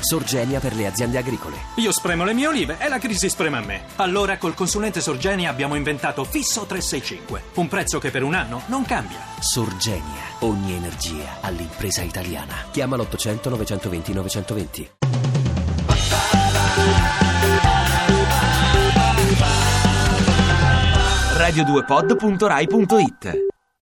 Sorgenia per le aziende agricole. Io spremo le mie olive e la crisi sprema me. Allora col consulente Sorgenia abbiamo inventato Fisso 365, un prezzo che per un anno non cambia. Sorgenia, ogni energia all'impresa italiana. Chiama l'800 920 920. radio2pod.rai.it.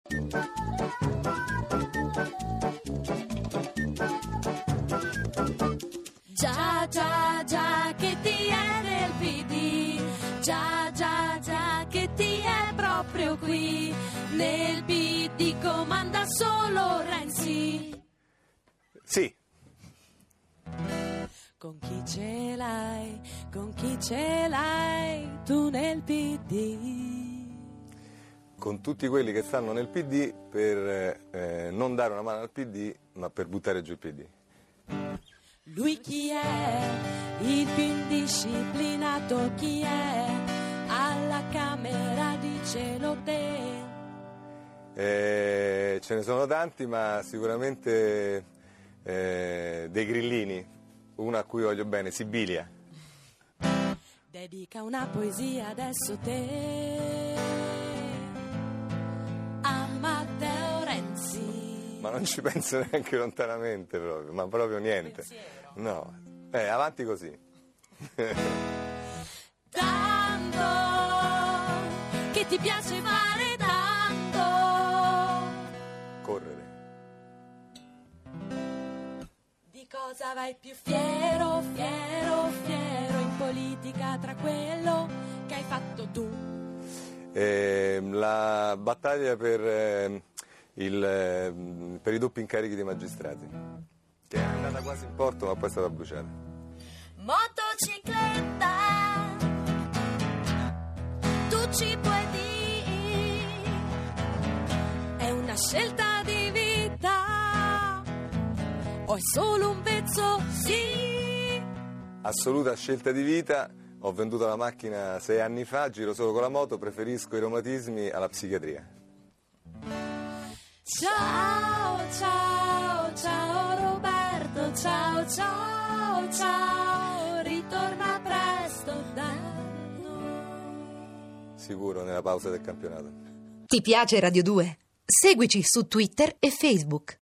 Già, già, già che ti è nel PD. Già, già, già che ti è proprio qui. Nel PD comanda solo Renzi. Sì. Con chi ce l'hai tu nel PD? Con tutti quelli che stanno nel PD per non dare una mano al PD, ma per buttare giù il PD. Lui chi è? Il più indisciplinato chi è? Alla Camera dicelo te. Ce ne sono tanti, ma sicuramente dei grillini. Una a cui voglio bene, Sibilia. Dedica una poesia adesso te a Matteo Renzi. Ma non ci penso neanche lontanamente proprio, ma proprio niente. No, avanti così. Tanto che ti piace fare tanto. Correre. Di cosa vai più fiero, fiero, fiero in politica tra quello che hai fatto tu? La battaglia per i doppi incarichi dei magistrati, che è andata quasi in porto ma poi è stata bruciata. Motocicletta, tu ci puoi dire, è una scelta di vita o è solo un vezzo, sì? Assoluta scelta di vita. Ho venduto la macchina 6 anni fa, giro solo con la moto, preferisco i reumatismi alla psichiatria. Ciao, ciao, ciao Roberto, ciao, ciao, ciao, ritorna presto da noi. Sicuro, nella pausa del campionato. Ti piace Radio 2? Seguici su Twitter e Facebook.